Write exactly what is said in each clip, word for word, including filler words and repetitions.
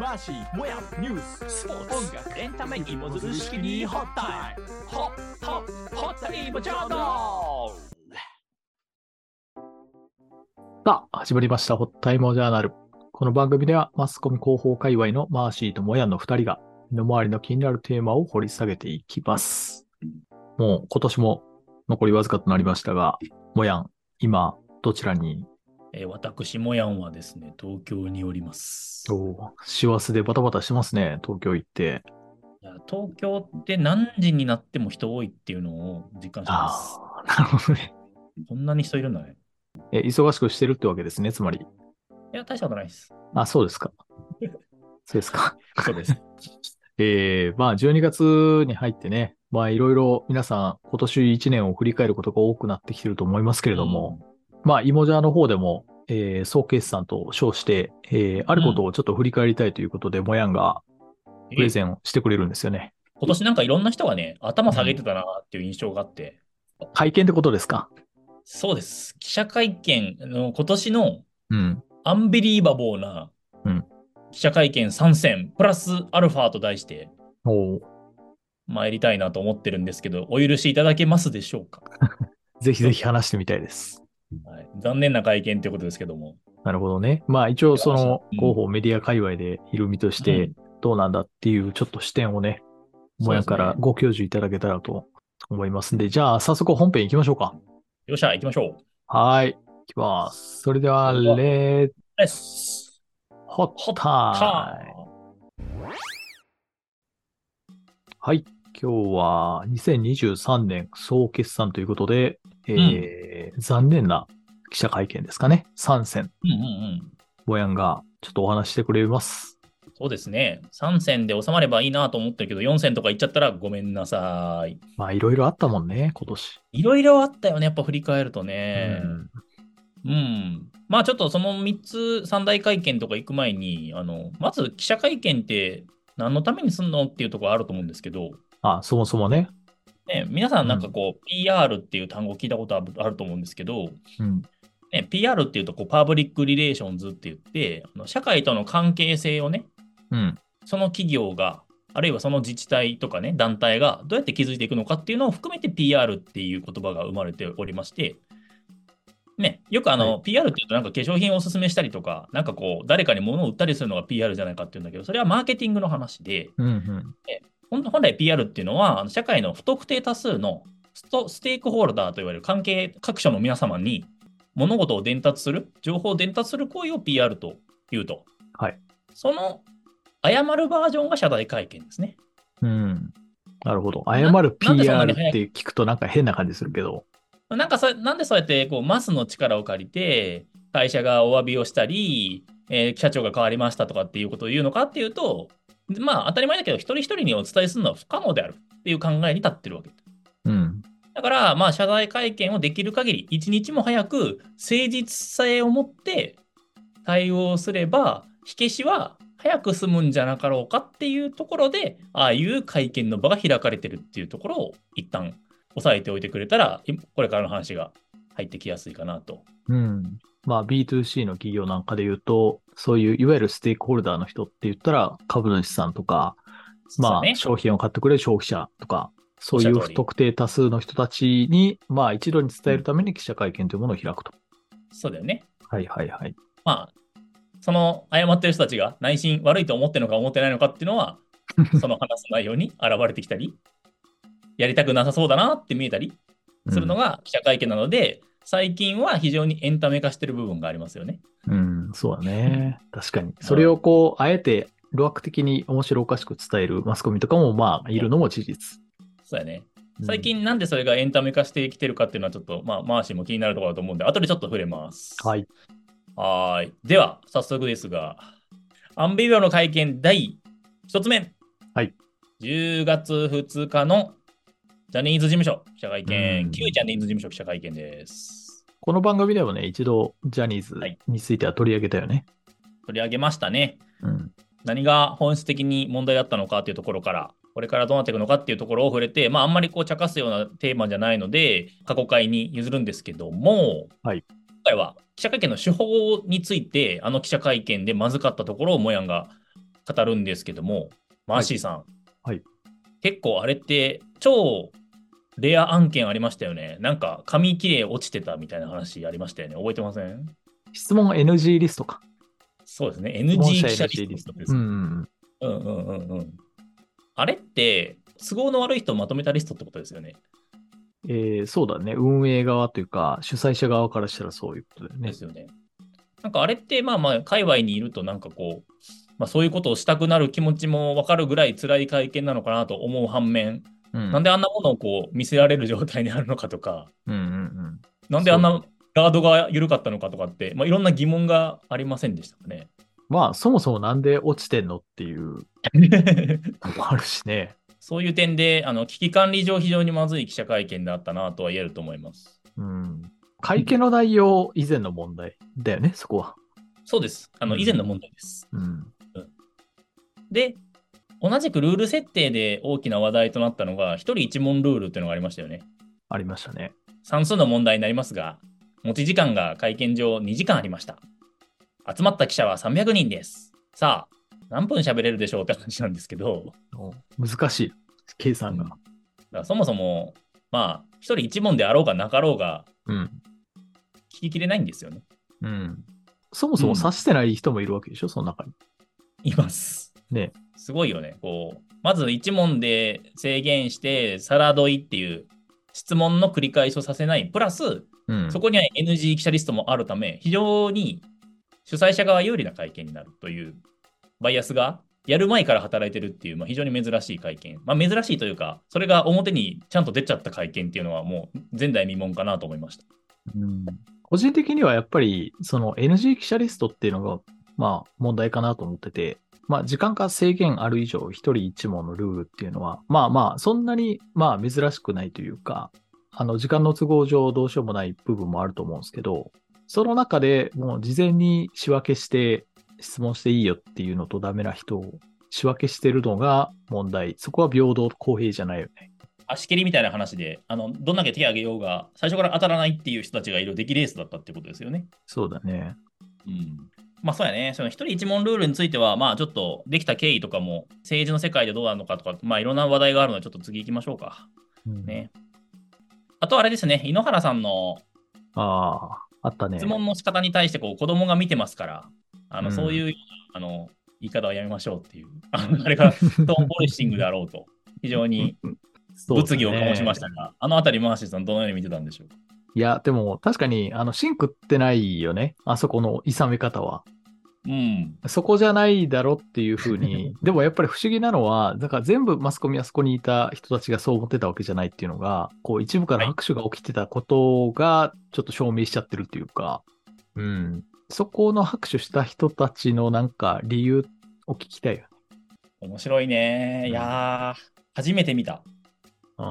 マーシー、もやニュース、スポーツ、音楽、エンタメ、芋づる式にホッタイム、ホッホッホッタイムジャーナル。 さあ、始まりました。ホッタイモジャーナル。この番組ではマスコミ広報界隈のマーシーとモヤンの二人が身の回りの気になるテーマを掘り下げていきます。もう今年も残りわずかとなりましたが、モヤン、今どちらに？ えー、私、モヤンはですね、東京におります。 お師走でバタバタしてますね、東京行って。 いや東京って何時になっても人多いっていうのを実感してます。 ああ、なるほどね。 こんなに人いるんだね。 え、忙しくしてるってわけですね、つまり。 いや、大したことないです。 あ、そうですか。そうですか。 そうです。 えー、まあじゅうにがつに入ってね、まあいろいろ皆さん今年いちねんを振り返ることが多くなってきてると思いますけれども、まあイモジャーの方でも、えー、総決算と称して、えー、あることをちょっと振り返りたいということで、もやんがプレゼンをしてくれるんですよね。 今年なんかいろんな人がね、頭下げてたなっていう印象があって。 うん、会見ってことですか？ そうです。記者会見の今年のうん。 アンビリーバボーなうん記者会見参戦プラスアルファと題しておー参りたいなと思ってるんですけど、お許しいただけますでしょうか？ ぜひぜひ話してみたいです。 はい、残念な会見ということですけども。 なるほどね。まあ一応そのうん広報メディア界隈でいる身としてどうなんだっていうちょっと視点をね、もやからご教授いただけたらと思いますんで、じゃあ早速本編行きましょうか。 よっしゃ、行きましょう。 はい。行きます。それでは、レッレッツホッタイム。はい。今日はにせんにじゅうさんねん総決算ということで、えーうん、残念な記者会見ですかね。さん戦。 うんうんうん。 ボヤンがちょっとお話してくれます。 そうですね。さん戦で収まればいいなと思ってるけど、よん戦とか行っちゃったらごめんなさい。 まあ、いろいろあったもんね、今年。 いろいろあったよね、やっぱ振り返るとね。 うん。 うん。まあ、ちょっとそのみっつ、三大会見とか行く前に、あの、まず記者会見って何のためにすんのっていうところあると思うんですけど、 あ、そもそもね。 ね、皆さんなんかこう、うん、ピーアール っていう単語聞いたことあると思うんですけど、 うんね、ピーアール っていうとこう、パブリックリレーションズって言って、あの社会との関係性をね、 うん、 その企業が、あるいはその自治体とかね、団体がどうやって築いていくのかっていうのを含めて ピーアール っていう言葉が生まれておりまして、ね、よくあの、はい、ピーアール っていうとなんか化粧品をおすすめしたりとか、なんかこう、誰かに物を売ったりするのが ピーアール じゃないかっていうんだけど、それはマーケティングの話で、 うんうん本来 ピーアール っていうのは、社会の不特定多数のストステークホルダーといわれる関係各所の皆様に物事を伝達する、情報を伝達する行為を ピーアール というと。 はい。 その謝るバージョンが謝罪会見ですね。 うん。なるほど。謝る ピーアール って聞くとなんか変な感じするけど。 なんかそなんでそうやってこうマスの力を借りて、会社がお詫びをしたり、えー、社長が変わりましたとかっていうことを言うのかっていうと、まあ当たり前だけど、一人一人にお伝えするのは不可能であるっていう考えに立ってるわけ。 うん。 だから、まあ謝罪会見をできる限り、一日も早く誠実性を持って対応すれば、火消しは早く済むんじゃなかろうかっていうところで、ああいう会見の場が開かれてるっていうところを一旦押さえておいてくれたら、これからの話が入ってきやすいかなと。 うん。まあ ビーツーシー の企業なんかで言うと、そういういわゆるステークホルダーの人って言ったら、株主さんとか、まあ、ね、商品を買ってくれる消費者とか、そういう不特定多数の人たちに、まあ一度に伝えるために記者会見というものを開くと。 そうだよね。 はいはいはい。 まあ、その謝ってる人たちが内心悪いと思ってるのか思ってないのかっていうのは、その話す内容に現れてきたり、やりたくなさそうだなって見えたりするのが記者会見なので、うん、最近は非常にエンタメ化してる部分がありますよね。 うん、そうだね。確かに。それをこう、あえて路悪的に面白おかしく伝えるマスコミとかもまあいるのも事実。 そうやね。最近なんでそれがエンタメ化してきてるかっていうのはちょっと、まあ、マーシーも気になるところだと思うんで、後でちょっと触れます。 はい。 はい。では、早速ですが、アンビリバの会見だいひとつめ。 はい。 じゅうがつふつかのジャニーズ事務所記者会見、旧ジャニーズ事務所記者会見です。 この番組でもね、一度ジャニーズについては取り上げたよね。 はい、取り上げましたね。 うん。 何が本質的に問題だったのかっていうところから、これからどうなっていくのかっていうところを触れて、まあ、あんまりこう茶化すようなテーマじゃないので、過去回に譲るんですけども、 はい、 今回は記者会見の手法について、あの記者会見でまずかったところをもやんが語るんですけども、マーシーさん。 はい。 結構あれって超レア案件ありましたよね。なんか紙切れ落ちてたみたいな話ありましたよね。覚えてません？ 質問 エヌジー リストか。 そうですね。 質問エヌジー者記者エヌジーリリスト。 ストです。 うんうんうんうんうんうん。あれって都合の悪い人をまとめたリストってことですよね。 うん。えー、そうだね。運営側というか、主催者側からしたらそういうことだよね。 ですよね。なんかあれってまあまあ界隈にいるとなんかこう、まあ、そういうことをしたくなる気持ちも分かるぐらい辛い会見なのかなと思う反面、 うん。 なんであんなものをこう見せられる状態にあるのかとか、 うんうんうん。 なんであんなそうガードが緩かったのかとかって、まあ、いろんな疑問がありませんでしたかね。 まあ、そもそもなんで落ちてんのっていうのもあるしね。 そういう点で、あの危機管理上非常にまずい記者会見であったなとは言えると思います。 うん。会見の内容以前の問題だよね、そこは。 そうです。あの、 うん以前の問題です。 うん。 うんで、同じくルール設定で大きな話題となったのが、一人一問ルールっていうのがありましたよね。 ありましたね。 算数の問題になりますが、持ち時間が会見上にじかんありました。集まった記者はさんびゃくにんです。さあ、何分喋れるでしょうって話なんですけど、 お難しい。計算が。 だからそもそも、まあ、一人一問であろうがなかろうが、 うん。 聞ききれないんですよね。 うん。そもそも指してない人もいるわけでしょ、その中に。 います。 ね。 すごいよね。こう、まずいち問で制限して、皿問いっていう質問の繰り返しをさせない。プラス、 うん。 そこには エヌジー 記者リストもあるため、非常に主催者側有利な会見になるという、バイアスがやる前から働いてるっていう、まあ、非常に珍しい会見。まあ、珍しいというか、それが表にちゃんと出ちゃった会見っていうのはもう前代未聞かなと思いました。 うん、個人的にはやっぱり、その エヌジー 記者リストっていうのが、まあ問題かなと思ってて、まあ時間が制限ある以上、一人一問のルールっていうのは、まあまあ、そんなにまあ珍しくないというか、あの時間の都合上どうしようもない部分もあると思うんですけど、その中でもう事前に仕分けして質問していいよっていうのとダメな人を仕分けしてるのが問題。そこは平等公平じゃないよね。 足切りみたいな話で、あのどんだけ手挙げようが、最初から当たらないっていう人たちがいる出来レースだったってことですよね。 そうだね。 うん。まあそうやね。その一人一問ルールについては、まあちょっとできた経緯とかも、政治の世界でどうなのかとか、まあいろんな話題があるので、ちょっと次行きましょうか。 うん、 ね。あとあれですね、井ノ原さんのああ、あったね。 質問の仕方に対してこう子供が見てますから、あの、 うんそういうあの言い方はやめましょうっていう、あのあれがトーンポリシングであろうと、非常に物議を醸しましたが、ね、あのあたり、マーシーさん、どのように見てたんでしょうか。 いや、でも確かに、あの、芯食ってないよね。あそこの諌め方は。 うん。 そこじゃないだろっていうふうに。でもやっぱり不思議なのは、だから全部マスコミあそこにいた人たちがそう思ってたわけじゃないっていうのが、こう一部から拍手が起きてたことがちょっと証明しちゃってるっていうか、うん。そこの拍手した人たちのなんか理由を聞きたいよね。 面白いね。 うん、 いやー、初めて見た。 うん。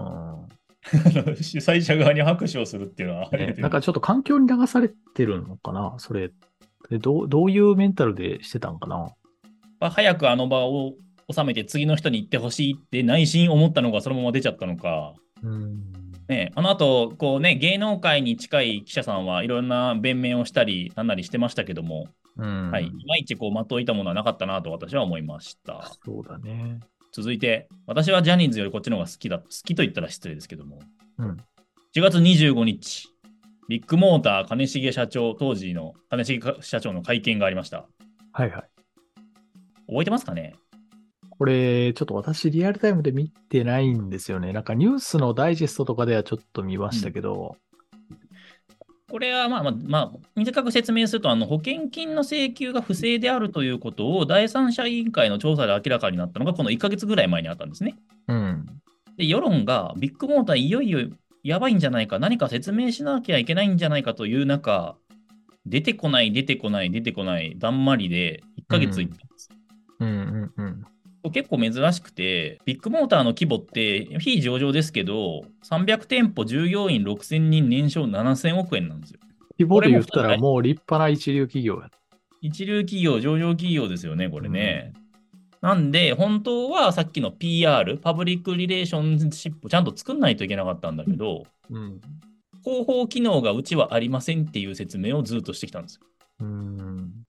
主催者側に拍手をするっていうのは、 ね、なんかちょっと環境に流されてるのかな、それ。でどう、どういうメンタルでしてたんかな。 まあ、早くあの場を収めて次の人に行ってほしいって内心思ったのがそのまま出ちゃったのか。 うんね、あの後、こうね、芸能界に近い記者さんはいろんな弁明をしたり、なんなりしてましたけども、 うんはい、いまいちこう、的を射たものはなかったなと私は思いました。 そうだね。 続いて、私はジャニーズよりこっちの方が好きだ、好きと言ったら失礼ですけども、 うん、 しちがつにじゅうごにち、ビッグモーター兼重社長、当時の兼重社長の会見がありました。 はいはい。 覚えてますかね？ これ、ちょっと私リアルタイムで見てないんですよね。なんかニュースのダイジェストとかではちょっと見ましたけど。 うん、これはまあまあ、まあ、短く説明すると、あの保険金の請求が不正であるということを第三者委員会の調査で明らかになったのが、このいっかげつぐらい前にあったんですね。 うん。 で、世論がビッグモーターいよいよやばいんじゃないか、何か説明しなきゃいけないんじゃないかという中、出てこない、出てこない、出てこない、だんまりでいっかげついったんです。 うんうんうんうん。 結構珍しくて、ビッグモーターの規模って非上場ですけど、さんびゃくてんぽ、従業員ろくせんにん、年商ななせんおくえんなんですよ。 規模で言ったらもう立派な一流企業や。 一流企業、上場企業ですよね、これね。うん、なんで、本当はさっきの ピーアール、パブリックリレーションシップちゃんと作んないといけなかったんだけど、 うん、 広報機能がうちはありませんっていう説明をずっとしてきたんですよ。 うん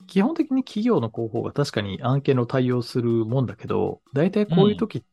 基本的に企業の広報が確かに案件の対応するもんだけど、大体こういう時って、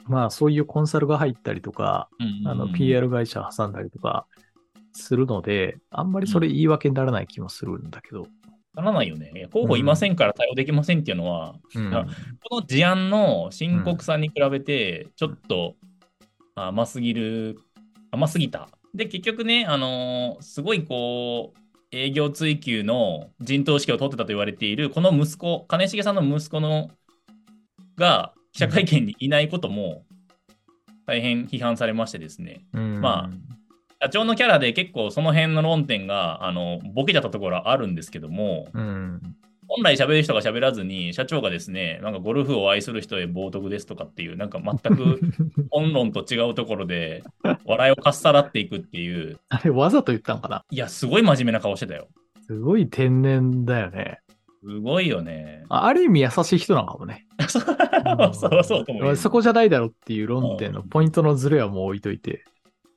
うん、まあそういうコンサルが入ったりとか、うんうんうん、あの ピーアール 会社挟んだりとかするので、あんまりそれ言い訳にならない気もするんだけど。 ならないよね。広報いませんから対応できませんっていうのは、うん、この事案の深刻さに比べて、ちょっと甘すぎる、甘すぎた。で、結局ね、あのー、すごいこう、営業追求の陣頭指揮を取ってたと言われている、この息子、金重さんの息子のが記者会見にいないことも大変批判されましてですね。うん、まあ、社長のキャラで結構その辺の論点があのボケちゃったところはあるんですけども、うん、本来喋る人が喋らずに、社長がですね、なんかゴルフを愛する人へ冒涜ですとかっていう、なんか全く本論と違うところで笑いをかっさらっていくっていう。 あれ、わざと言ったのかな？ いや、すごい真面目な顔してたよ。 すごい天然だよね。 すごいよね。 あ, ある意味優しい人なのかもね。 そうそうと思う。 そこじゃないだろっていう論点のポイントのズレはもう置いといて。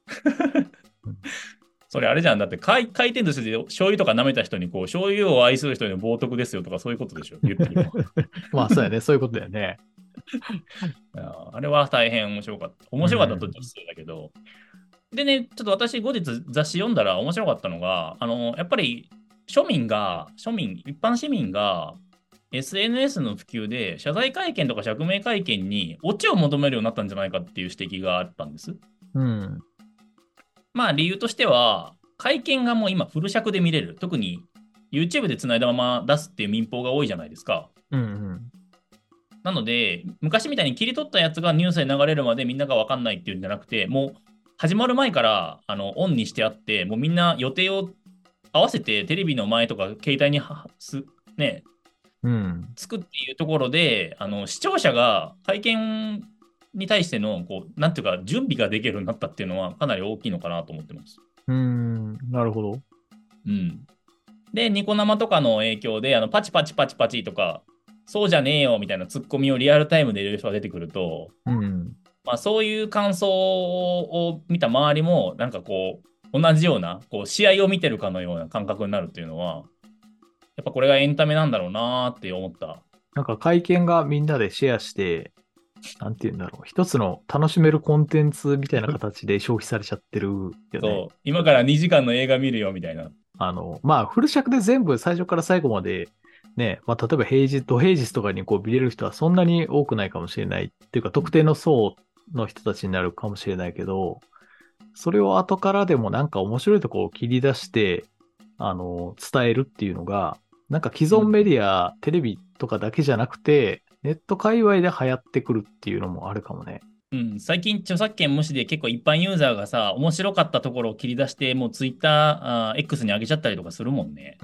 それあれじゃん。だって回回転寿司で醤油とか舐めた人にこう醤油を愛する人への冒涜ですよとかそういうことでしょ。言ってるの。 まあそうやね。そういうことだよね。 あれは大変面白かった。面白かったと失礼だけど。うん、でね、ちょっと私後日雑誌読んだら面白かったのが、あの、やっぱり庶民が、庶民、一般市民が エスエヌエス の普及で謝罪会見とか釈明会見にオチを求めるようになったんじゃないかっていう指摘があったんです。うん。まあ理由としては、会見がもう今フル尺で見れる。特に YouTube で繋いだまま出すっていう民放が多いじゃないですか。うんうん。なので、昔みたいに切り取ったやつがニュースで流れるまでみんなが分かんないっていうんじゃなくて、もう始まる前からあのオンにしてあって、もうみんな予定を合わせてテレビの前とか携帯にはす、ね、うん、つくっていうところで、あの視聴者が会見に対してのこうなんていうか準備ができるようになったっていうのはかなり大きいのかなと思ってます。 うーん、なるほど。 うん。で、ニコ生とかの影響であのパチパチパチパチとかそうじゃねえよみたいなツッコミをリアルタイムで入れる人が出てくると、うんまあ、そういう感想を見た周りもなんかこう同じようなこう試合を見てるかのような感覚になるっていうのはやっぱこれがエンタメなんだろうなって思った。 なんか会見がみんなでシェアしてなんていうんだろう。一つの楽しめるコンテンツみたいな形で消費されちゃってるよね。 そう。今からにじかんの映画見るよみたいな。 あの、まあ、フル尺で全部最初から最後まで、ね、まあ、例えば平日、土平日とかにこう見れる人はそんなに多くないかもしれないっていうか、特定の層の人たちになるかもしれないけど、それを後からでもなんか面白いところを切り出して、あの、伝えるっていうのが、なんか既存メディア、うん、テレビとかだけじゃなくて、ネット界隈で流行ってくるっていうのもあるかもね。 うん、最近著作権無視で結構一般ユーザーがさ、面白かったところを切り出して、もうツイッター、X に上げちゃったりとかするもんね。 うん、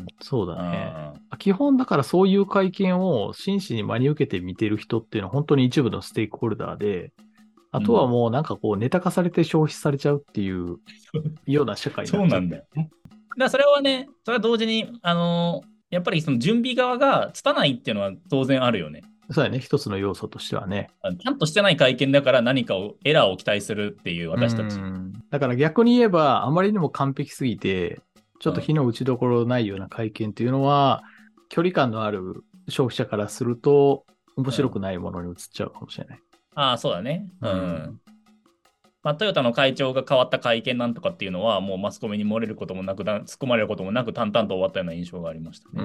そうだね。基本だからそういう会見を真摯に真に受けて見てる人っていうのは本当に一部のステークホルダーで、あとはもうなんかこうネタ化されて消費されちゃうっていうような社会になっちゃう、ね。 そうなんだよ。だからそれはね、それは同時に、あのー、やっぱりその準備側が拙ないっていうのは当然あるよね。 そうだね。一つの要素としてはね。 ちゃんとしてない会見だから何かを、エラーを期待するっていう私たち。 だから逆に言えば、あまりにも完璧すぎて、ちょっと火の打ちどころないような会見っていうのは、うん、距離感のある消費者からすると、面白くないものに移っちゃうかもしれない。 うん、ああ、そうだね。うん。うんまあ、トヨタの会長が変わった会見なんとかっていうのは、もうマスコミに漏れることもなく、突っ込まれることもなく、淡々と終わったような印象がありましたね。 うん。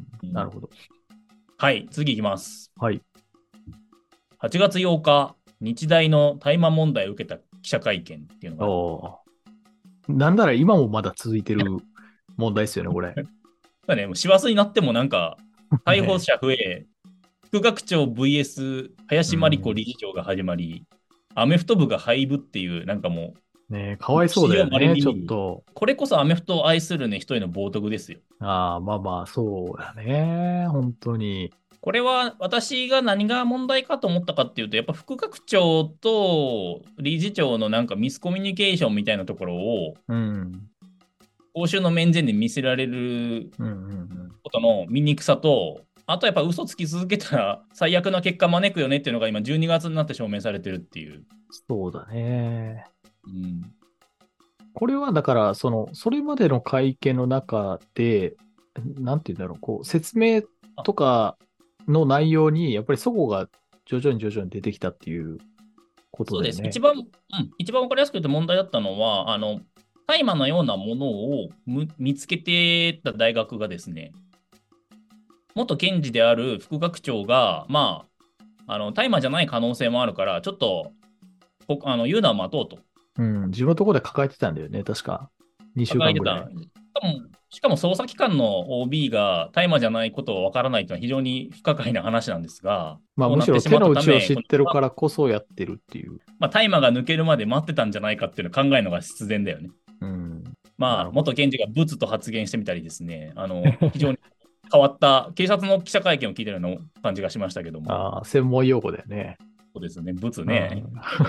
なるほど。 はい、次いきます。 はい。 はちがつようか、日大の大麻問題を受けた記者会見っていうのが。 おなんなら今もまだ続いてる問題ですよね、これ。 だね、もう師走になってもなんか、逮捕者増え、副学長 ブイエス 林真理子理事長が始まり、うん、アメフト部が廃部っていう、なんかもう、ねえ、かわいそうだよね、ちょっと。 これこそアメフトを愛するね、人への冒涜ですよ。 ああ、まあまあ、そうだね、本当に。 これは私が何が問題かと思ったかっていうと、やっぱ副学長と理事長のなんかミスコミュニケーションみたいなところを、うん、公衆の面前で見せられることの醜さと、あとやっぱ嘘つき続けたら最悪な結果招くよねっていうのが今じゅうにがつになって証明されてるっていう。 そうだね。うん、これはだからそのそれまでの会見の中でなんて言うんだろう、こう、説明とかの内容に、やっぱり齟齬が徐々に徐々に出てきたっていうことそうです。 だよね。 一番、うん、一番わかりやすく言うと問題だったのは、あの、大麻のようなものをむ見つけてた大学がですね、元検事である副学長が、まあ、あの、大麻じゃない可能性もあるから、ちょっと、こあの言うのは待とうと。 うん、自分のところで抱えてたんだよね、確か。にしゅうかんぐらい。 しかも、しかも捜査機関の オービー が大麻じゃないことをわからないというのは非常に不可解な話なんですが、 まあむしろ手の内を知ってるからこそやってるっていう。 まあ大麻が抜けるまで待ってたんじゃないかっていうのを考えるのが必然だよね。 うん。 まあ、元検事がブツと発言してみたりですね、あの、非常に変わった警察の記者会見を聞いてるような感じがしましたけども。 ああ、専門用語だよね。 そうですね、ブツね。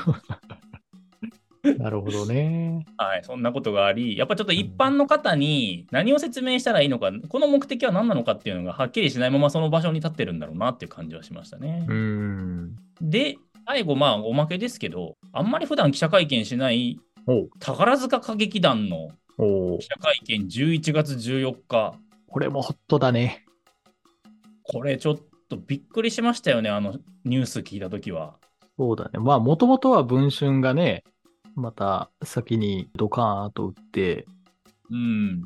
なるほどね。 はい、そんなことがあり、やっぱちょっと一般の方に何を説明したらいいのか、この目的は何なのかっていうのがはっきりしないままその場所に立ってるんだろうなっていう感じはしましたね。 うん。 で、最後、まあ、おまけですけど、あんまり普段記者会見しない宝塚歌劇団の記者会見じゅういちがつじゅうよっか。 これもホットだね。 これちょっとびっくりしましたよね、あのニュース聞いたときは。 そうだね。まあ、もともとは文春がね、また先にドカーンと打って、 うん、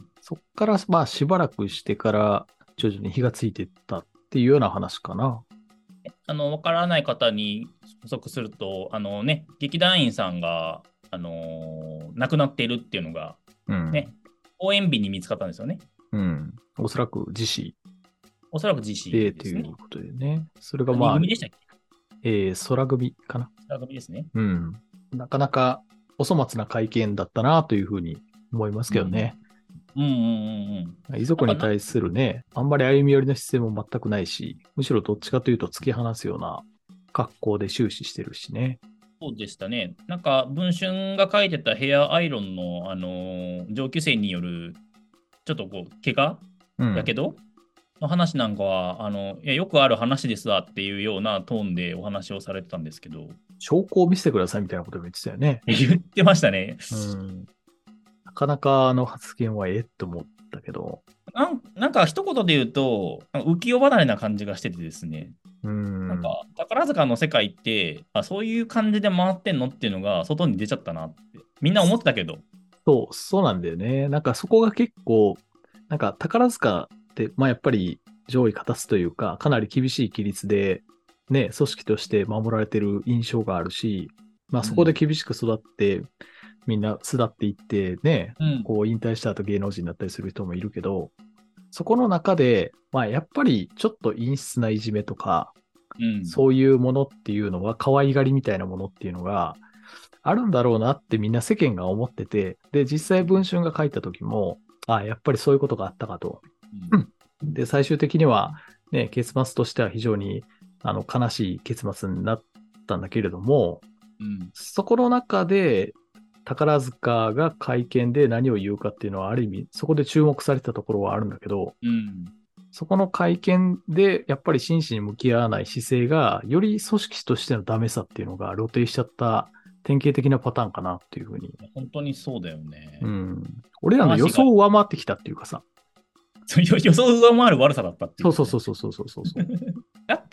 そっからまあしばらくしてから徐々に火がついていったっていうような話かな。 あの分からない方に補足すると、あのね、劇団員さんが、あのー亡くなっているっていうのが、ね、うん、公演日に見つかったんですよね。 うん。おそらく自死。 おそらく自死ですね。ということでね。それがまあ、 組でしたっけ？ えー、空組かな。 空組ですね。 うん。なかなかお粗末な会見だったなというふうに思いますけどね。 うん、うんうんうんうん。 遺族に対するね、あんまり歩み寄りの姿勢も全くないし、むしろどっちかというと突き放すような格好で終始してるしね。 そうでしたね。なんか、文春が書いてたヘアアイロンの、あのー、上級生による、ちょっとこう、怪我、うん、やけどの話なんかは、あの、いや、よくある話ですわっていうようなトーンでお話をされてたんですけど。 証拠を見せてくださいみたいなことも言ってたよね。 言ってましたね。 うん。なかなかあの発言はええって思ったけど。 なんなんか一言で言うと、浮世離れな感じがしててですね。 うん。 なんか宝塚の世界ってあ、そういう感じで回ってんのっていうのが外に出ちゃったなって。みんな思ってたけど。 そう、そうなんだよね。なんかそこが結構、なんか宝塚って、まあやっぱり上位勝たすというか、かなり厳しい規律で、ね、組織として守られてる印象があるし、まあそこで厳しく育って、うん、みんな巣立っていってね、うん、こう引退した後芸能人になったりする人もいるけど、そこの中で、まあやっぱりちょっと陰湿ないじめとか、うん、そういうものっていうのは、可愛がりみたいなものっていうのがあるんだろうなってみんな世間が思ってて、で、実際文春が書いた時も、あ、やっぱりそういうことがあったかと。うん、で、最終的には、ね、結末としては非常にあの悲しい結末になったんだけれども、うん、そこの中で宝塚が会見で何を言うかっていうのはある意味そこで注目されたところはあるんだけど、うん、そこの会見でやっぱり真摯に向き合わない姿勢がより組織としてのダメさっていうのが露呈しちゃった典型的なパターンかなっていうふうに。 本当にそうだよね。 うん。俺らの予想を上回ってきたっていうかさ。 予想を上回る悪さだったっていう、 ね。そうそうそうそうそうそうそう。 だって、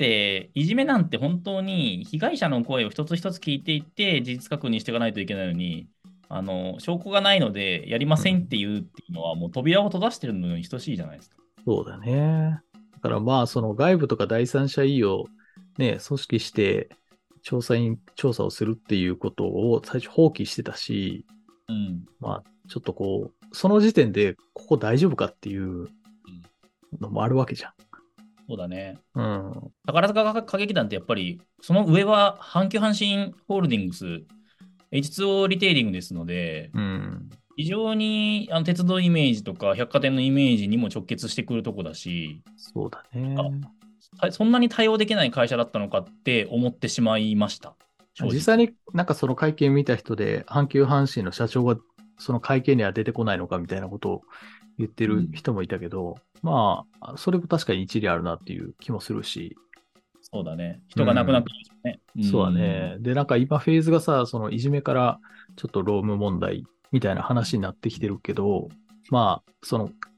いじめなんて本当に被害者の声を一つ一つ聞いていって、事実確認していかないといけないのに、あの、証拠がないのでやりませんっていうっていうのは、もう扉を閉ざしてるのに等しいじゃないですか。 そうだね。だからまあ、その外部とか第三者委員をね、組織して調査員、調査をするっていうことを最初放棄してたし、うん、まあ、ちょっとこう、その時点でここ大丈夫かっていうのもあるわけじゃん。 そうだね。 うん。 宝塚歌劇団ってやっぱり、その上は阪急阪神ホールディングス、エイチツーオー リテイリングですので、うん、非常にあの鉄道イメージとか百貨店のイメージにも直結してくるとこだし、 そうだね。 そんなに対応できない会社だったのかって思ってしまいました。 実際になんかその会見見た人で、阪急阪神の社長がその会見には出てこないのかみたいなことを言ってる人もいたけど、うん、まあ、それも確かに一理あるなっていう気もするし。 そうだね。人が亡くなってるんですよね、 うん。そうだね。で、なんか今フェーズがさ、そのいじめからちょっと労務問題みたいな話になってきてるけど、まあ、その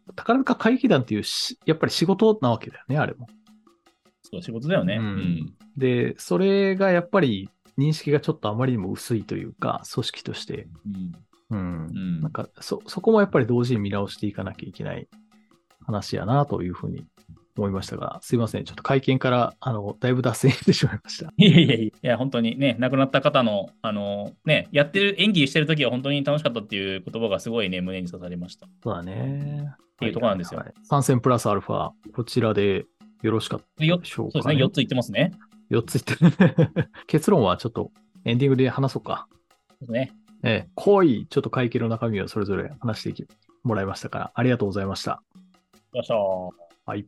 宝塚歌劇団っていうし、やっぱり仕事なわけだよね、あれも。 そう、仕事だよね。 ううんん。 で、それがやっぱり認識がちょっとあまりにも薄いというか、組織として。 うん。 うん。 うんなんか、そ、そこもやっぱり同時に見直していかなきゃいけない話やなというふうに思いましたが、すいません。ちょっと会見から、あの、だいぶ脱線してしまいました。 いやいやいや、いや、本当にね、亡くなった方の、あの、ね、やってる、演技してる時は本当に楽しかったっていう言葉がすごいね、胸に刺されました。っそうだね。 ていうところなんですよ。 はいはいはい参戦プラスアルファ、こちらでよろしかったでよしょうか、 そうですね、よっつ言ってますね。 よっつ言って。結論はちょっとエンディングで話そうか。 そうですね。 ええ、濃いちょっと会見の中身をそれぞれ話していきもらいましたから、ありがとうございました。 よいしょ。 はい。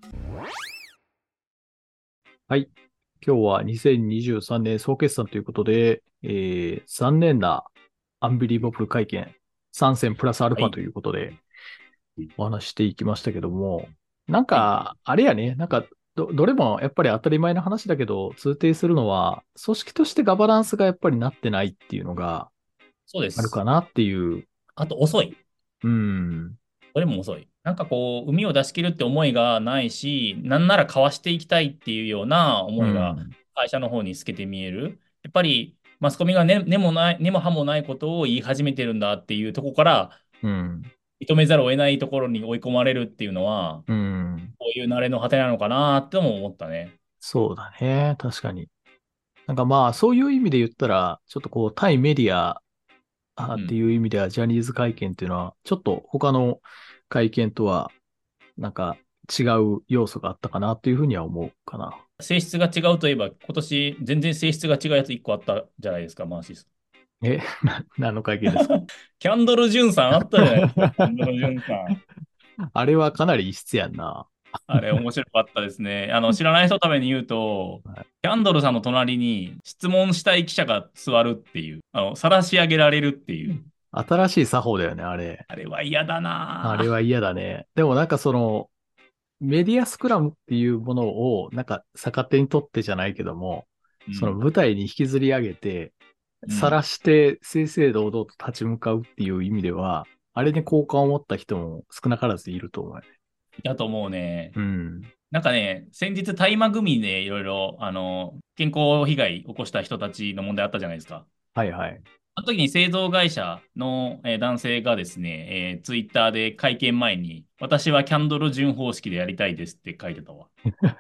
はい。今日はにせんにじゅうさんねん総決算ということで、えー、残念なアンビリーバブル会見さん戦プラスアルファということで、お話していきましたけども、なんか、あれやね、なんかど、どれもやっぱり当たり前の話だけど、通底するのは、組織としてガバナンスがやっぱりなってないっていうのがそうです。 あるかなっていう。 あと遅い。 うん。 これも遅い。なんかこう、海を出し切るって思いがないし、なんならかわしていきたいっていうような思いがうん会社の方に透けて見える。やっぱりマスコミが根、根もない、根も葉もないことを言い始めてるんだっていうところからうん。 認めざるを得ないところに追い込まれるっていうのは、 うん。 こういう慣れの果てなのかなっても思ったね。 そうだね。確かに。なんかまあ、そういう意味で言ったら、ちょっとこう、対メディアあうんっていう意味では、ジャニーズ会見っていうのは、ちょっと他の会見とは、なんか違う要素があったかなっていうふうには思うかな。 性質が違うといえば、今年全然性質が違うやついっこあったじゃないですか、マーシス。 え、な、何の会見ですか？ キャンドル・ジュンさんあったじゃないですか、キャンドル・ジュンさん。 あれはかなり異質やんな。 あれ面白かったですね。あの、知らない人のために言うと、 はいキャンドルさんの隣に質問したい記者が座るっていう、あの、晒し上げられるっていう。 新しい作法だよね、あれ。 あれは嫌だなぁ。 あれは嫌だね。でもなんかその、メディアスクラムっていうものを、なんか逆手にとってじゃないけども、 うんその舞台に引きずり上げて、 うん晒して正々堂々と立ち向かうっていう意味では、あれに好感を持った人も少なからずいると思うよね。 だと思うね。 うん。 なんかね、先日大麻組でいろいろ、あの、健康被害起こした人たちの問題あったじゃないですか。 はいはい。 あの時に製造会社の、えー男性がですね、えーツイッターで会見前に、私はキャンドル順方式でやりたいですって書いてたわ。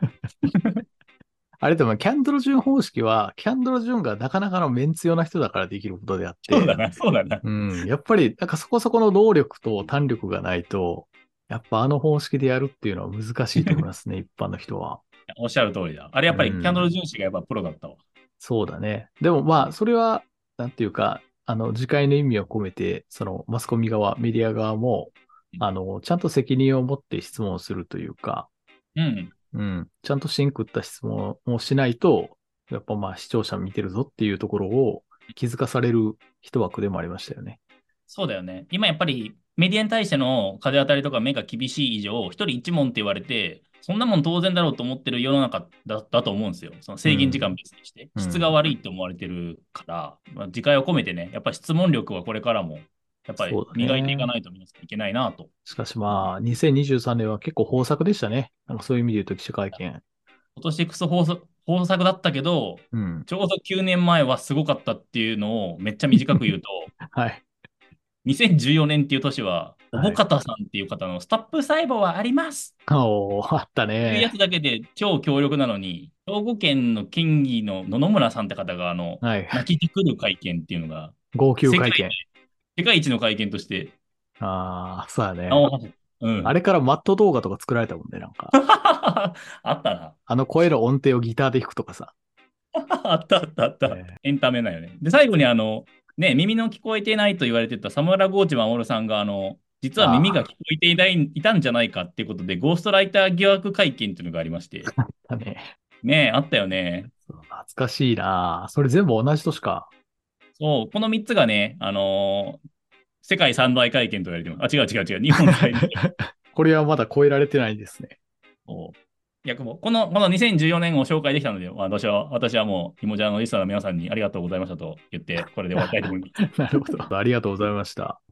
あれでも、キャンドルジュン方式は、キャンドルジュンがなかなかのメンツ用な人だからできることであって、 そうだな、そうだな。 うん。やっぱり、なんかそこそこの能力と胆力がないと、やっぱあの方式でやるっていうのは難しいと思いますね、一般の人は。 おっしゃる通りだ。あれやっぱりうんキャンドル順子がやっぱプロだったわ。 そうだね。でもまあ、それは、なんていうか、あの、次回の意味を込めて、その、マスコミ側、メディア側も、あの、ちゃんと責任を持って質問をするというか、 うん。 うん、ちゃんとシンクった質問をしないと、やっぱまあ、視聴者見てるぞっていうところを気づかされる一枠でもありましたよね。 そうだよね。今やっぱりメディアに対しての風当たりとか目が厳しい以上、一人一問って言われて、そんなもん当然だろうと思ってる世の中だ、だと思うんですよ。その制限時間別にして。 うん質が悪いって思われてるから、まあ、自戒を込めてね、やっぱ質問力はこれからも、やっぱりそうだね磨いていかないと皆さんいけないなと。 しかしまあ、にせんにじゅうさんねんは結構豊作でしたね。なんかそういう意味で言うと記者会見。 今年クソ豊作豊作だったけど、 うん。 ちょうどきゅうねんまえはすごかったっていうのをめっちゃ短く言うと、 はい。 にせんじゅうよねんっていう年は、おはいぼかたさんっていう方のストップ細胞はありますおー、あったっていうやね。 つだけで超強力なのに、兵庫県の県議の野々村さんって方が、あの、 はい。 泣きてくる会見っていうのが、 号泣世界会見。 世界一の会見としてああ、そうだね。 名を馳せ、うん。 あれからマット動画とか作られたもんね、なんか。 あったな。 あの声の音程をギターで弾くとかさ。 あったあったあった。 えエンタメだよね。で、最後にあの、ね、耳の聞こえていないと言われてたサムラ・ゴーチ守さんが、あの、実は耳が聞こえていないいたんじゃないかっていうことで、ゴーストライター疑惑会見っていうのがありまして、 だね。 ね、あったよね。 そう懐かしいな。それ全部同じ年か。 そう、このみっつがね、あのー世界三大会見と言われてます。あ、違う違う違う、日本最大。 これはまだ超えられてないんですね。 そういや、もうこの、このにせんじゅうよねんを紹介できたので、私は、私はもう、ひもじゃのリスナーの皆さんにありがとうございましたと言って、これで終わりたいと思います。 なるほど。ありがとうございました。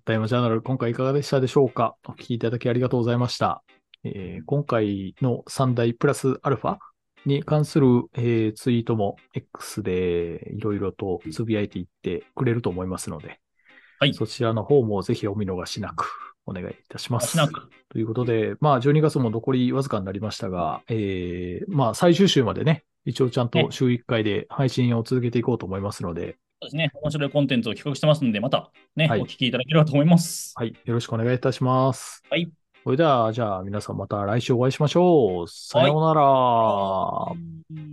タイムジャーナル、今回いかがでしたでしょうか？お聞きいただきありがとうございました。えー今回のさん大プラスアルファに関する、えーツイートも X でいろいろとつぶやいていってくれると思いますので、 はい。 そちらの方もぜひお見逃しなくお願いいたします。 しなく。 ということで、まあじゅうにがつも残りわずかになりましたが、えーまあ最終週までね、一応ちゃんとね週いっかいで配信を続けていこうと思いますので、 そうですね。面白いコンテンツを企画してますので、またね、 はいお聞きいただければと思います。 はい、よろしくお願いいたします。 はい。 それでは、じゃあ皆さんまた来週お会いしましょう。さようなら。